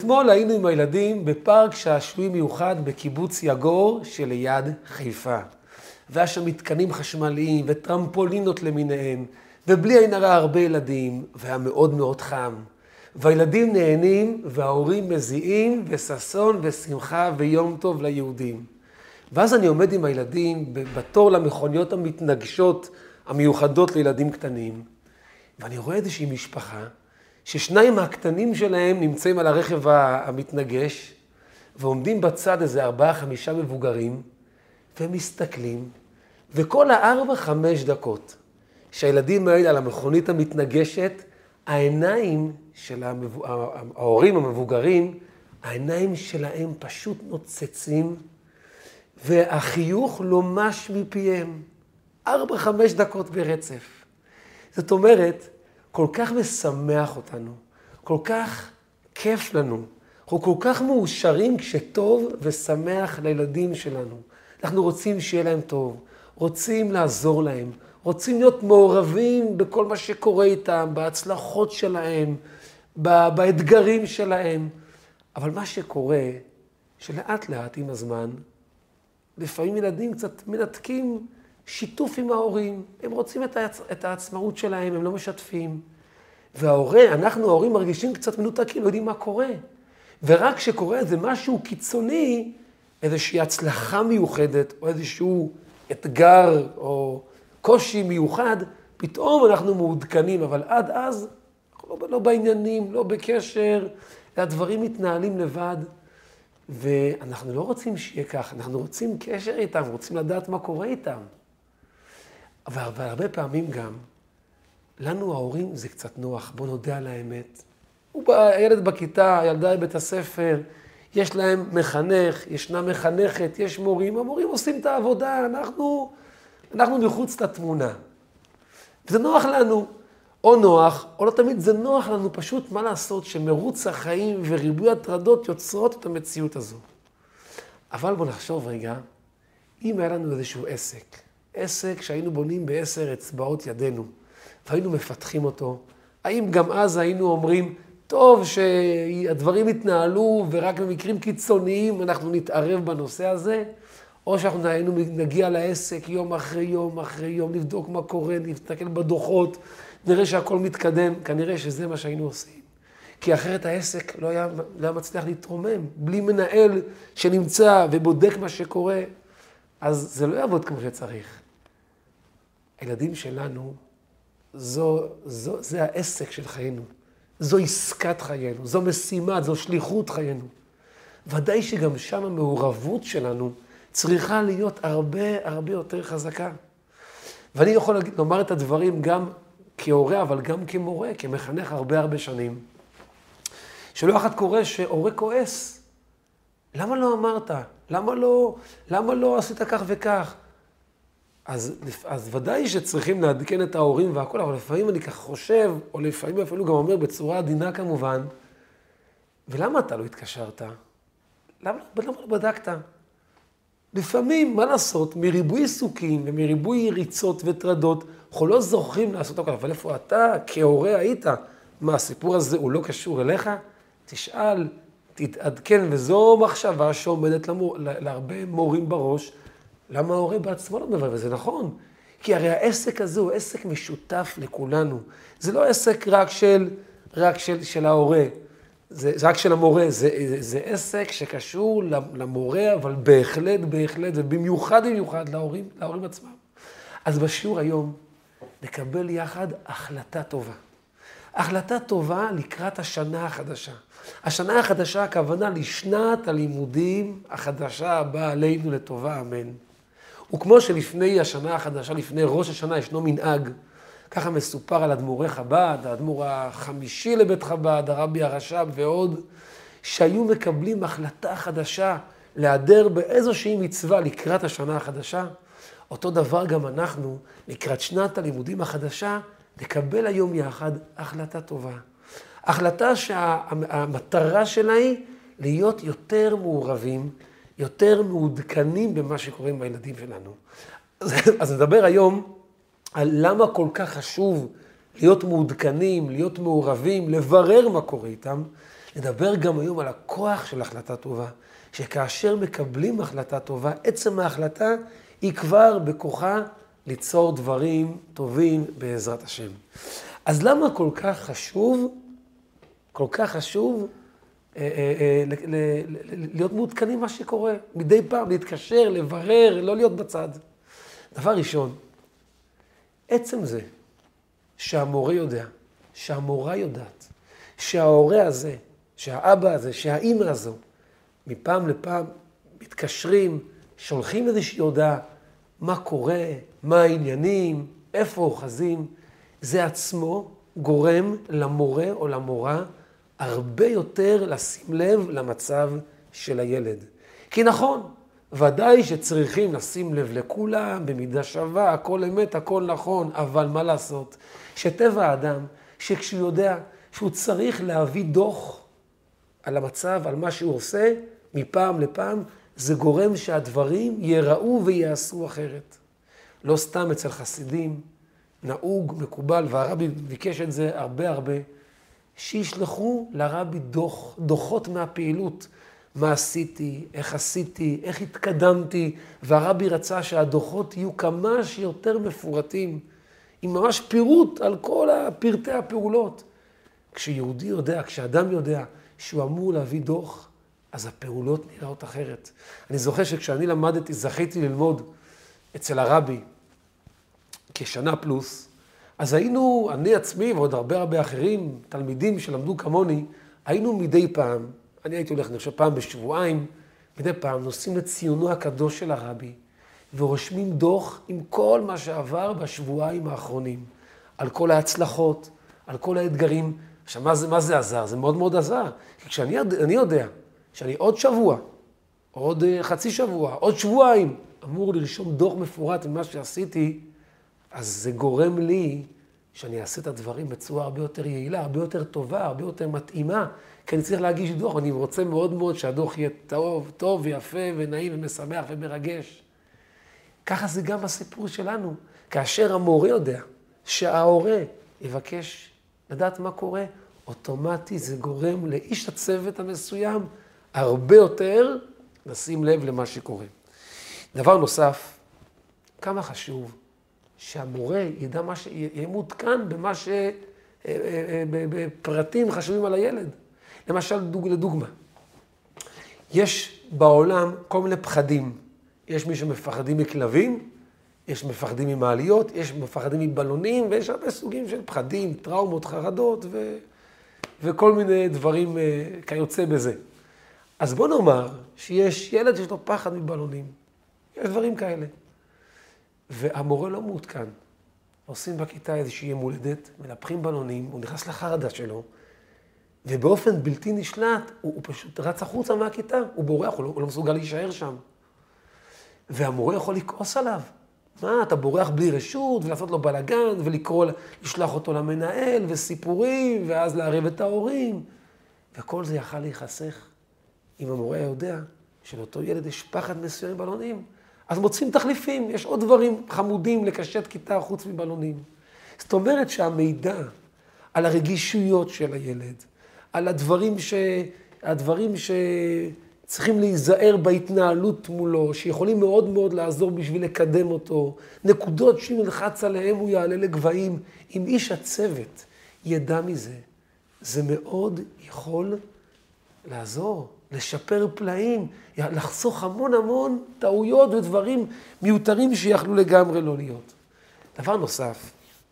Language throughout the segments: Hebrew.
אתמול היינו עם הילדים בפארק שעשועים מיוחד בקיבוץ יגור שליד חיפה. והיה שם מתקנים חשמליים וטרמפולינות למיניהם, ובלי עין הרע הרבה ילדים, והיה מאוד מאוד חם. והילדים נהנים וההורים מזיעים וששון ושמחה ויום טוב ליהודים. ואז אני עומד עם הילדים בתור למכוניות המתנגשות המיוחדות לילדים קטנים, ואני רואה איזושהי משפחה, ששניים הקטנים שלהם נמצאים על הרכב המתנגש, ועומדים בצד איזה 4-5 מבוגרים, והם מסתכלים, וכל 4-5 דקות שהילדים האלה על המכונית המתנגשת, העיניים של ההורים המבוגרים, העיניים שלהם פשוט נוצצים, והחיוך לא מש מפיהם, 4-5 דקות ברצף. זאת אומרת, כל כך משמח אותנו, כל כך כיף לנו, אנחנו כל כך מאושרים כשטוב ושמח לילדים שלנו. אנחנו רוצים שיהיה להם טוב, רוצים לעזור להם, רוצים להיות מעורבים בכל מה שקורה איתם, בהצלחות שלהם, באתגרים שלהם. אבל מה שקורה, שלאט לאט עם הזמן, לפעמים ילדים קצת מנתקים שיתוף עם ההורים. הם רוצים את העצמאות שלהם, הם לא משתפים. אנחנו ההורים מרגישים קצת מנותקים, לא יודעים מה קורה. ורק כשקורה איזה משהו קיצוני, איזושהי הצלחה מיוחדת, או איזשהו אתגר, או קושי מיוחד, פתאום אנחנו מעודכנים, אבל עד אז, אנחנו לא בעניינים, לא בקשר, הדברים מתנהלים לבד, ואנחנו לא רוצים שיהיה כך, אנחנו רוצים קשר איתם, רוצים לדעת מה קורה איתם. אבל הרבה פעמים גם, לנו ההורים זה קצת נוח, בוא נודה על האמת. הילד בכיתה, הילדה בבית הספר, יש להם מחנך, ישנה מחנכת, יש מורים, המורים עושים את העבודה, אנחנו מחוץ לתמונה. וזה נוח לנו, או נוח, או לא תמיד זה נוח לנו, פשוט מה לעשות שמרוץ החיים וריבוי הטרדות יוצרות את המציאות הזו. אבל בוא נחשוב רגע, אם היה לנו איזשהו עסק שהיינו בונים ב10 אצבעות ידינו, והיינו מפתחים אותו, האם גם אז היינו אומרים, טוב שהדברים יתנהלו ורק במקרים קיצוניים אנחנו נתערב בנושא הזה, או שאנחנו נגיע לעסק יום אחרי יום אחרי יום, נבדוק מה קורה, נסתכל בדוחות, נראה שהכל מתקדם, כנראה שזה מה שהיינו עושים. כי אחרת העסק לא היה מצליח להתרומם, בלי מנהל שנמצא ובודק מה שקורה, אז זה לא יעבוד כמו שצריך. הילדים שלנו, זה העסק של חיינו. זו עסקת חיינו, זו משימה, זו שליחות חיינו. ודאי שגם שם המעורבות שלנו צריכה להיות הרבה יותר חזקה. ואני יכול לומר את הדברים גם כהורה, אבל גם כמורה, כמחנך הרבה שנים. שלא אחת קורה שהורה כועס. למה לא אמרת? למה לא עשית כך וכך? אז ודאי שצריכים לעדכן את ההורים והכל, אבל לפעמים אני כך חושב, או לפעמים אפילו גם אומר בצורה עדינה כמובן, ולמה אתה לא התקשרת? למה לא בדקת? לפעמים, מה לעשות, מריבוי עיסוקים ומריבוי ריצות וטרדות, אנחנו לא זוכרים לעשות הכל, אבל איפה אתה כהורה היית? מה, הסיפור הזה הוא לא קשור אליך? תשאל, תתעדכן, וזו מחשבה שעומדת להרבה מורים בראש, למה ההורה בעצמו לא מבין? וזה נכון, כי הרי העסק הזה הוא עסק משותף לכולנו. זה לא עסק רק של ההורה, זה רק של המורה, זה עסק שקשור למורה, אבל בהחלט, ובמיוחד להורים עצמם. אז בשיעור היום נקבל יחד החלטה טובה. החלטה טובה לקראת השנה החדשה. השנה החדשה הכוונה לשנת הלימודים החדשה הבאה עלינו לטובה, אמן. וכמו שלפני השנה החדשה, לפני ראש השנה, ישנו מנהג, ככה מסופר על אדמו"רי חב"ד, האדמו"ר החמישי לבית חב"ד, הרבי הרש"ב ועוד, שהיו מקבלים החלטה חדשה להיעדר באיזושהי מצווה לקראת השנה החדשה. אותו דבר גם אנחנו, לקראת שנת הלימודים החדשה, נקבל היום יחד החלטה טובה. החלטה שהמטרה שלה היא להיות יותר מעורבים, יותר מעודכנים במה שקורה עם הילדים שלנו. אז נדבר היום על למה כל כך חשוב להיות מעודכנים, להיות מעורבים, לברר מה קורה איתם. נדבר גם היום על הכוח של החלטה טובה, שכאשר מקבלים החלטה טובה, עצם ההחלטה היא כבר בכוחה ליצור דברים טובים בעזרת השם. אז למה כל כך חשוב להיות מעודכנים מה שקורה? מדי פעם להתקשר, לברר, לא להיות בצד. דבר ראשון, עצם זה שהמורה יודע, שהמורה יודעת, שההורה הזה, שהאבא הזה, שהאמא הזו, מפעם לפעם מתקשרים, שולחים איזושהי הודעה, מה קורה, מה העניינים, איפה אוחזים, זה עצמו גורם למורה או למורה הרבה יותר לשים לב למצב של הילד. כי נכון, ודאי שצריכים לשים לב לכולם, במידה שווה, הכל אמת, הכל נכון, אבל מה לעשות? שטבע האדם, שכשהוא יודע שהוא צריך להביא דוח על המצב, על מה שהוא עושה, מפעם לפעם, זה גורם שהדברים ייראו וייעשו אחרת. לא סתם אצל חסידים, נהוג, מקובל, והרבי ביקש את זה הרבה, שישלחו לרבי דוחות מהפעילות. מה עשיתי, איך התקדמתי, והרבי רצה שהדוחות יהיו כמה שיותר מפורטים, עם ממש פירוט על כל פרטי הפעולות. כשיהודי יודע, כשאדם יודע שהוא אמור להביא דוח, אז הפעולות נראות אחרת. אני זוכר שכשאני למדתי, זכיתי ללמוד אצל הרבי כשנה פלוס, אז היינו, אני עצמי ועוד הרבה אחרים, תלמידים שלמדו כמוני, היינו מדי פעם, אני הייתי הולך, אני חושב פעם בשבועיים, מדי פעם נוסעים לציונו הקדוש של הרבי, ורושמים דוח עם כל מה שעבר בשבועיים האחרונים, על כל ההצלחות, על כל האתגרים. עכשיו, מה זה עזר? זה מאוד מאוד עזר. כי כשאני יודע שאני עוד שבוע, עוד חצי שבוע, עוד שבועיים, אמור לרשום דוח מפורט ממה שעשיתי, אז זה גורם לי שאני אעשה את הדברים בצורה הרבה יותר יעילה, הרבה יותר טובה, הרבה יותר מתאימה, כי אני צריך להגיש דוח, ואני רוצה מאוד מאוד שהדוח יהיה טוב ויפה ונעים ומשמח ומרגש. ככה זה גם הסיפור שלנו. כאשר המורה יודע שההורה יבקש לדעת מה קורה, אוטומטי זה גורם לאיש הצוות המסוים הרבה יותר לשים לב למה שקורה. דבר נוסף, כמה חשוב שהמורה ידע יהיה מעודכן בפרטים חשובים על הילד. למשל, לדוגמה, יש בעולם כל מיני פחדים. יש מי שמפחדים מכלבים, יש מפחדים ממעליות, יש מפחדים מבלונים, ויש הרבה סוגים של פחדים, טראומות, חרדות וכל מיני דברים כיוצא בזה. אז בוא נאמר שיש ילד שיש לו פחד מבלונים. יש דברים כאלה. והמורה לא מעודכן. עושים בכיתה איזושהי יום הולדת, מנפחים בלונים, הוא נכנס לחרדה שלו, ובאופן בלתי נשלט, הוא פשוט רץ החוצה מהכיתה, הוא בורח, הוא לא מסוגל להישאר שם. והמורה יכול לכעוס עליו. מה, אתה בורח בלי רשות, ולעשות לו בלגן, לשלוח אותו למנהל, וסיפורים, ואז לערב את ההורים. וכל זה יכל להיחסך אם המורה יודע שלאותו ילד יש פחד מסוים בלונים. אז מוצאים תחליפים, יש עוד דברים חמודים לקשט כיתה חוץ מבלונים. זאת אומרת שהמידע על הרגישויות של הילד, על הדברים שצריכים להיזהר בהתנהלות מולו, שיכולים מאוד מאוד לעזור בשביל לקדם אותו, נקודות שאם נלחץ עליהם הוא יעלה לגבהים. אם איש הצוות ידע מזה, זה מאוד יכול לעזור, לשפר פלאים, לחסוך המון טעויות ודברים מיותרים שיכלו לגמרי לא להיות. דבר נוסף,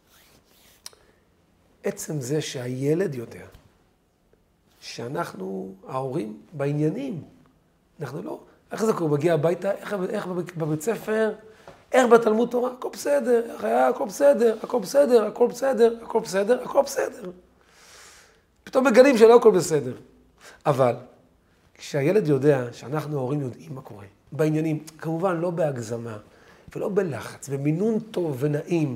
עצם זה שהילד יודע שאנחנו, ההורים, בעניינים, אנחנו לא, איך זה קורה? מגיע הביתה, איך בבית ספר, איך בתלמוד תורה, הכל בסדר, איך היה, הכל בסדר, הכל בסדר, הכל בסדר, הכל בסדר, הכל בסדר. פתאום מגלים שלא הכל בסדר. אבל כשהילד יודע שאנחנו ההורים יודעים מה קורה, בעניינים, כמובן לא בהגזמה ולא בלחץ, במינון טוב ונעים,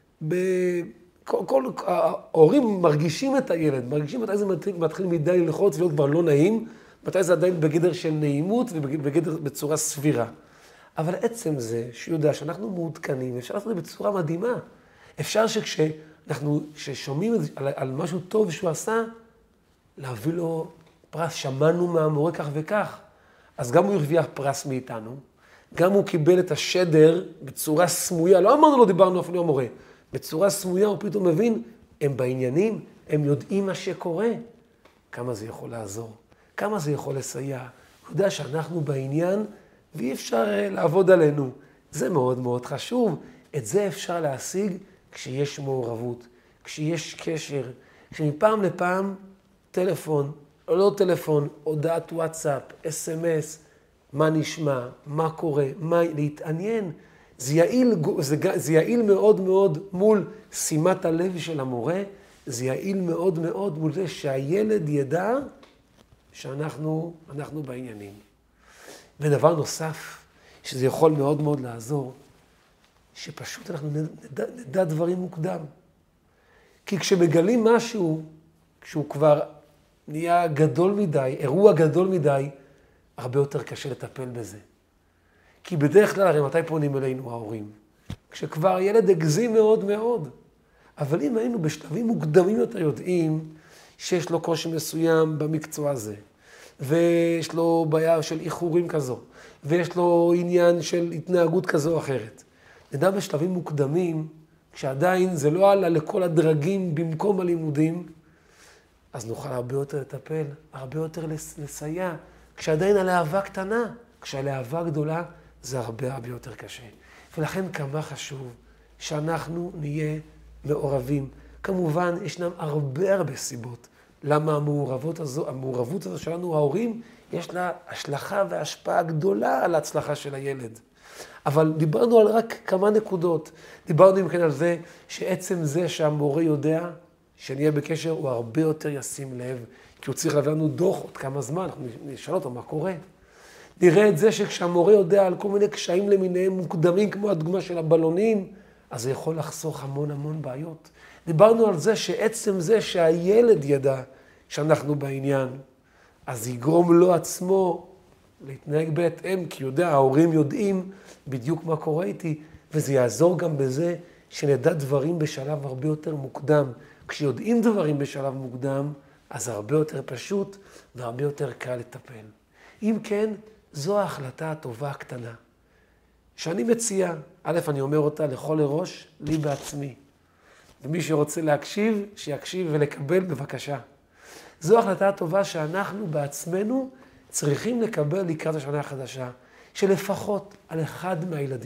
כל ההורים מרגישים את הילד, מרגישים מתי זה מתחיל מדי ללחוץ ולהיות כבר לא נעים, מתי זה עדיין בגדר של נעימות ובגדר בצורה סבירה. אבל עצם זה שיודע שאנחנו מעודכנים, אפשר לעשות את זה בצורה מדהימה. אפשר שכששומעים על משהו טוב שהוא עשה, להביא לו פרס, שמענו מהמורה כך וכך. אז גם הוא הרוויח פרס מאיתנו, גם הוא קיבל את השדר בצורה סמויה, לא אמרנו לו, דיברנו אפילו המורה, בצורה סמויה הוא פתאום מבין, הם בעניינים, הם יודעים מה שקורה. כמה זה יכול לעזור, כמה זה יכול לסייע. הוא יודע שאנחנו בעניין ואי אפשר לעבוד עלינו. זה מאוד מאוד חשוב. את זה אפשר להשיג כשיש מעורבות, כשיש קשר, כשמפעם לפעם טלפון, או לא טלפון, הודעת וואטסאפ, אס-אם-אס, מה נשמע, מה קורה, להתעניין. זה יעיל מאוד מאוד מול שימת הלב של המורה, זה יעיל מאוד מאוד מול זה שהילד ידע שאנחנו בעניינים. ודבר נוסף, שזה יכול מאוד מאוד לעזור, שפשוט אנחנו נדע דברים מוקדם. כי כשמגלים משהו, כשהוא כבר נהיה גדול מדי, אירוע גדול מדי, הרבה יותר קשה לטפל בזה. כי בדרך כלל, הרי מתי פונים אלינו ההורים? כשכבר ילד הגזים מאוד מאוד. אבל אם היינו בשלבים מוקדמים יותר יודעים שיש לו קושי מסוים במקצוע הזה, ויש לו בעיה של איחורים כזו, ויש לו עניין של התנהגות כזו או אחרת. נדע בשלבים מוקדמים, כשעדיין זה לא עלה לכל הדרגים במקום הלימודים, אז נוכל הרבה יותר לטפל, הרבה יותר לסייע. כשעדיין הלהבה קטנה, כשהלהבה גדולה, זה הרבה יותר קשה. ולכן כמה חשוב שאנחנו נהיה מעורבים. כמובן, ישנם הרבה סיבות למה המעורבות הזו שלנו, ההורים, יש לה השלכה והשפעה גדולה על ההצלחה של הילד. אבל דיברנו על רק כמה נקודות. דיברנו אם כן על זה שעצם זה שהמורה יודע שנהיה בקשר, הוא הרבה יותר ישים לב, כי הוא צריך להביא לנו דוח עוד כמה זמן, אנחנו נשאל אותו מה קורה. נראה את זה שכשהמורה יודע על כל מיני קשיים למיניהם מוקדמים, כמו הדוגמה של הבלונים, אז זה יכול לחסוך המון בעיות. דיברנו על זה שעצם זה שהילד ידע שאנחנו בעניין, אז יגרום לו עצמו להתנהג בהתאם, כי ההורים יודעים בדיוק מה קורה איתי, וזה יעזור גם בזה שנדע דברים בשלב הרבה יותר מוקדם. כשיודעים דברים בשלב מוקדם, אז הרבה יותר פשוט והרבה יותר קל לטפל. אם כן, זו ההחלטה הטובה הקטנה. שאני מציע, א', אני אומר אותה לכל ראש, לי בעצמי. ומי שרוצה להקשיב, שיקשיב ולקבל בבקשה. זו ההחלטה הטובה שאנחנו בעצמנו צריכים לקבל לקראת השנה החדשה, שלפחות על אחד מהילדים.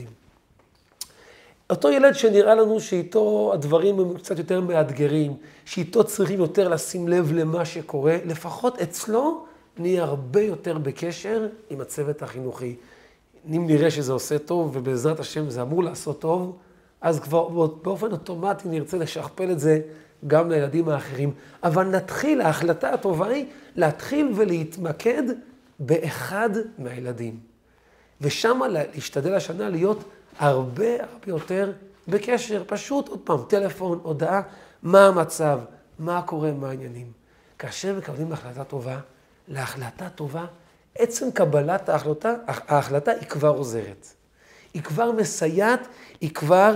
אותו ילד שנראה לנו שאיתו הדברים הם קצת יותר מאתגרים, שאיתו צריכים יותר לשים לב למה שקורה, לפחות אצלו נהיה הרבה יותר בקשר עם הצוות החינוכי. אם נראה שזה עושה טוב, ובעזרת השם זה אמור לעשות טוב, אז כבר באופן אוטומטי נרצה לשכפל את זה גם לילדים האחרים. אבל נתחיל, ההחלטה הטובה היא להתחיל ולהתמקד באחד מהילדים. ושם להשתדל השנה להיות הרבה יותר בקשר. פשוט עוד פעם, טלפון, הודעה, מה המצב, מה קורה, מה העניינים. כאשר מקבלים החלטה טובה, להחלטה טובה, עצם קבלת ההחלטה היא כבר עוזרת. היא כבר מסייעת, היא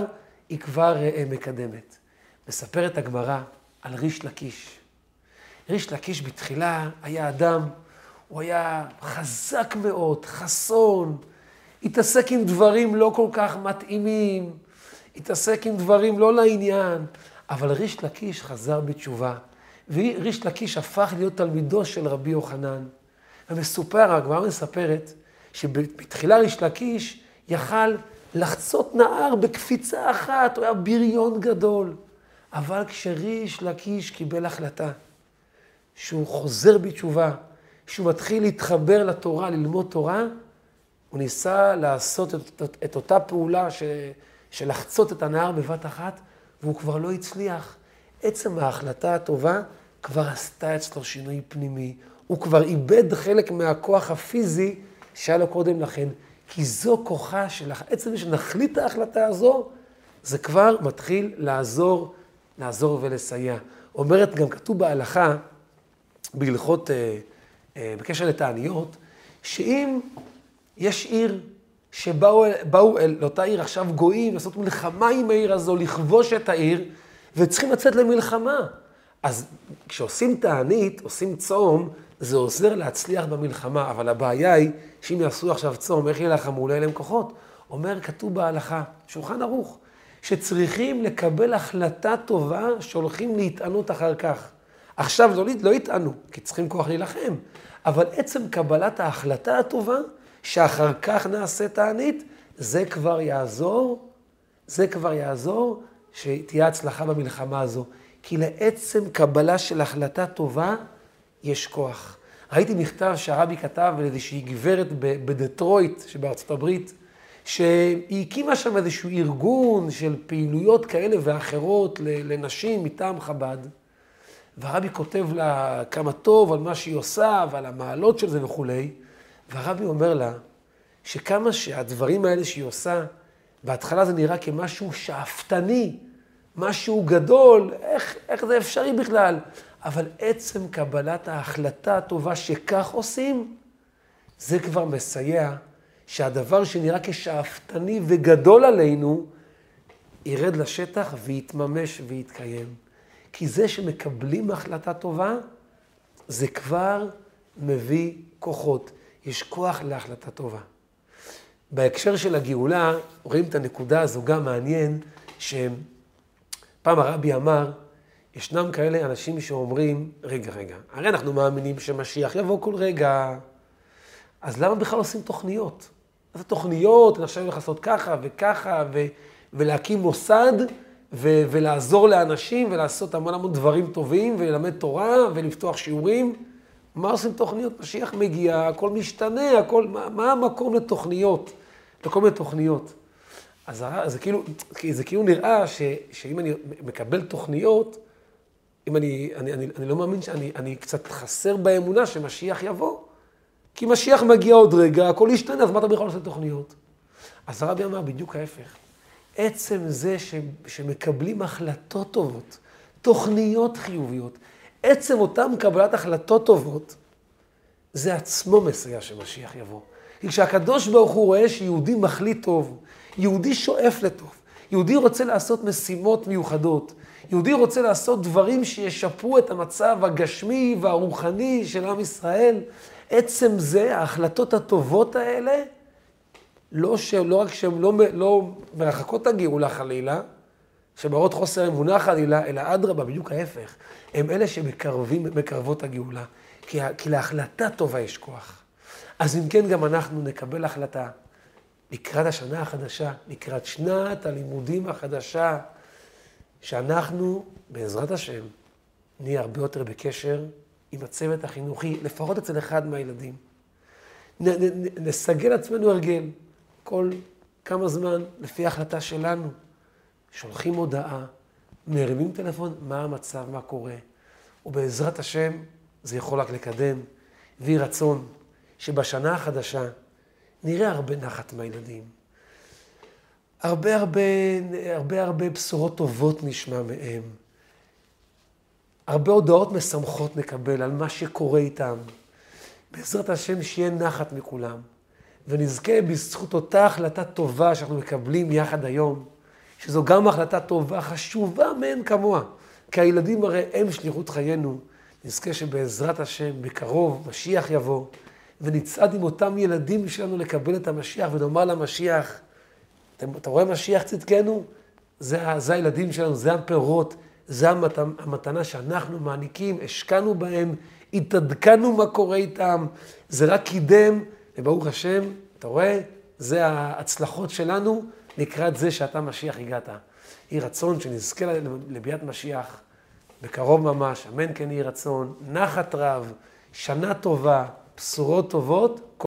כבר מקדמת. מספרת הגמרא על ריש לקיש. ריש לקיש בתחילה היה אדם, הוא היה חזק מאוד, חסון, התעסק עם דברים לא כל כך מתאימים, התעסק עם דברים לא לעניין, אבל ריש לקיש חזר בתשובה, וריש לקיש הפך להיות תלמידו של רבי יוחנן. ומסופר, הגמרא מספרת, שבתחילה ריש לקיש יכל לחצות נהר בקפיצה אחת, הוא היה בריון גדול. אבל כשריש לקיש קיבל החלטה, שהוא חוזר בתשובה, שהוא מתחיל להתחבר לתורה, ללמוד תורה, הוא ניסה לעשות את אותה פעולה של לחצות את הנהר בבת אחת, והוא כבר לא הצליח. עצם ההחלטה הטובה כבר עשתה אצלו שינוי פנימי. הוא כבר איבד חלק מהכוח הפיזי שהיה לו קודם לכן, כי זו כוחה של עצם שנחליט את ההחלטה הזו, זה כבר מתחיל לעזור ולסייע. אומרת, גם כתוב בהלכה, בהלכות, בקשר לתעניות, שאם יש עיר שבאו לאותה עיר עכשיו גויים, לעשות מלחמה עם העיר הזו, לכבוש את העיר, וצריכים לצאת למלחמה. אז כשעושים תענית, עושים צום, זה עוזר להצליח במלחמה, אבל הבעיה היא שאם יעשו עכשיו צום, איך ילחמו? אולי להם כוחות. אומר, כתוב בהלכה, שולחן ערוך, שצריכים לקבל החלטה טובה שהולכים להתענות אחר כך. עכשיו לא יתענו, כי צריכים כוח להילחם, אבל עצם קבלת ההחלטה הטובה, שאחר כך נעשה תענית, זה כבר יעזור שתהיה הצלחה במלחמה הזו. כי לעצם קבלה של החלטה טובה, יש כוח. ראיתי מכתב שהרבי כתב לאיזושהי גברת בדטרויט שבארצות הברית, שהיא הקימה שם איזשהו ארגון של פעילויות כאלה ואחרות לנשים מטעם חב"ד. והרבי כותב לה כמה טוב על מה שהיא עושה ועל המעלות של זה וכו'. והרבי אומר לה שכמה שהדברים האלה שהיא עושה, בהתחלה זה נראה כמשהו שאפתני, משהו גדול, איך זה אפשרי בכלל? אבל עצם קבלת ההחלטה הטובה שכך עושים, זה כבר מסייע שהדבר שנראה כשאפתני וגדול עלינו, ירד לשטח ויתממש ויתקיים. כי זה שמקבלים החלטה טובה, זה כבר מביא כוחות. יש כוח להחלטה טובה. בהקשר של הגאולה, רואים את הנקודה הזו גם מעניין, שפעם הרבי אמר, ישנם כאלה אנשים שאומרים, רגע, הרי אנחנו מאמינים שמשיח יבוא כל רגע, אז למה בכלל עושים תוכניות? אז התוכניות, אני חושב לעשות ככה וככה, ולהקים מוסד, ולעזור לאנשים, ולעשות המון דברים טובים, וללמד תורה, ולפתוח שיעורים. מה עושים תוכניות? משיח מגיע, הכל משתנה, מה המקום לתוכניות? לכל מיני תוכניות. אז זה כאילו נראה שאם אני מקבל תוכניות, אם אני לא מאמין שאני קצת חסר באמונה שמשיח יבוא. כי משיח מגיע עוד רגע, הכל ישתנה, אז מה אתה בכלל עושה תוכניות? אז הרבי אמר בדיוק ההפך. עצם זה שמקבלים החלטות טובות, תוכניות חיוביות, עצם אותם קבלת החלטות טובות, זה עצמו מסייע שמשיח יבוא. כי כשהקדוש ברוך הוא רואה שיהודי מחליט טוב, יהודי שואף לטוב, יהודי רוצה לעשות משימות מיוחדות, יהודי רוצה לעשות דברים שישפרו את המצב הגשמי והרוחני של עם ישראל, עצם זה, ההחלטות הטובות האלה, לא רק שהן לא מרחקות הגאולה חלילה, שמראות חוסר אמונה חלילה, אלא אדרבה, בדיוק ההפך. הם אלה שמקרבות הגאולה. כי להחלטה טובה יש כוח. אז אם כן, גם אנחנו נקבל החלטה לקראת השנה החדשה, לקראת שנת הלימודים החדשה, שאנחנו, בעזרת השם, נהיה הרבה יותר בקשר עם הצוות החינוכי, לפחות אצל אחד מהילדים. נסגל עצמנו הרגל, כל כמה זמן, לפי ההחלטה שלנו, שולחים הודעה, מרימים טלפון, מה המצב, מה קורה. ובעזרת השם, זה יכול רק לקדם, ויהי רצון שבשנה החדשה נראה הרבה נחת מהילדים. הרבה בשורות טובות נשמע מהם. הרבה הודעות משמחות נקבל על מה שקורה איתם. בעזרת השם שיהיה נחת מכולם. ונזכה בזכות אותה החלטה טובה שאנחנו מקבלים יחד היום, שזו גם החלטה טובה חשובה מאין כמוה. כי הילדים הרי הם שליחות חיינו. נזכה שבעזרת השם בקרוב משיח יבוא, ונצעד עם אותם ילדים שלנו לקבל את המשיח, ונאמר למשיח, אתה רואה משיח צדקנו? זה הילדים שלנו, זה הפירות, זה המתנה שאנחנו מעניקים, השקענו בהם, התעדכנו מה קורה איתם, זה רק קידם, וברוך השם, אתה רואה, זה ההצלחות שלנו, לקראת זה שאתה משיח הגעת. יהי רצון שנזכה לביאת משיח, בקרוב ממש, אמן כן יהי רצון, נחת רב, שנה טובה, בשורות טובות,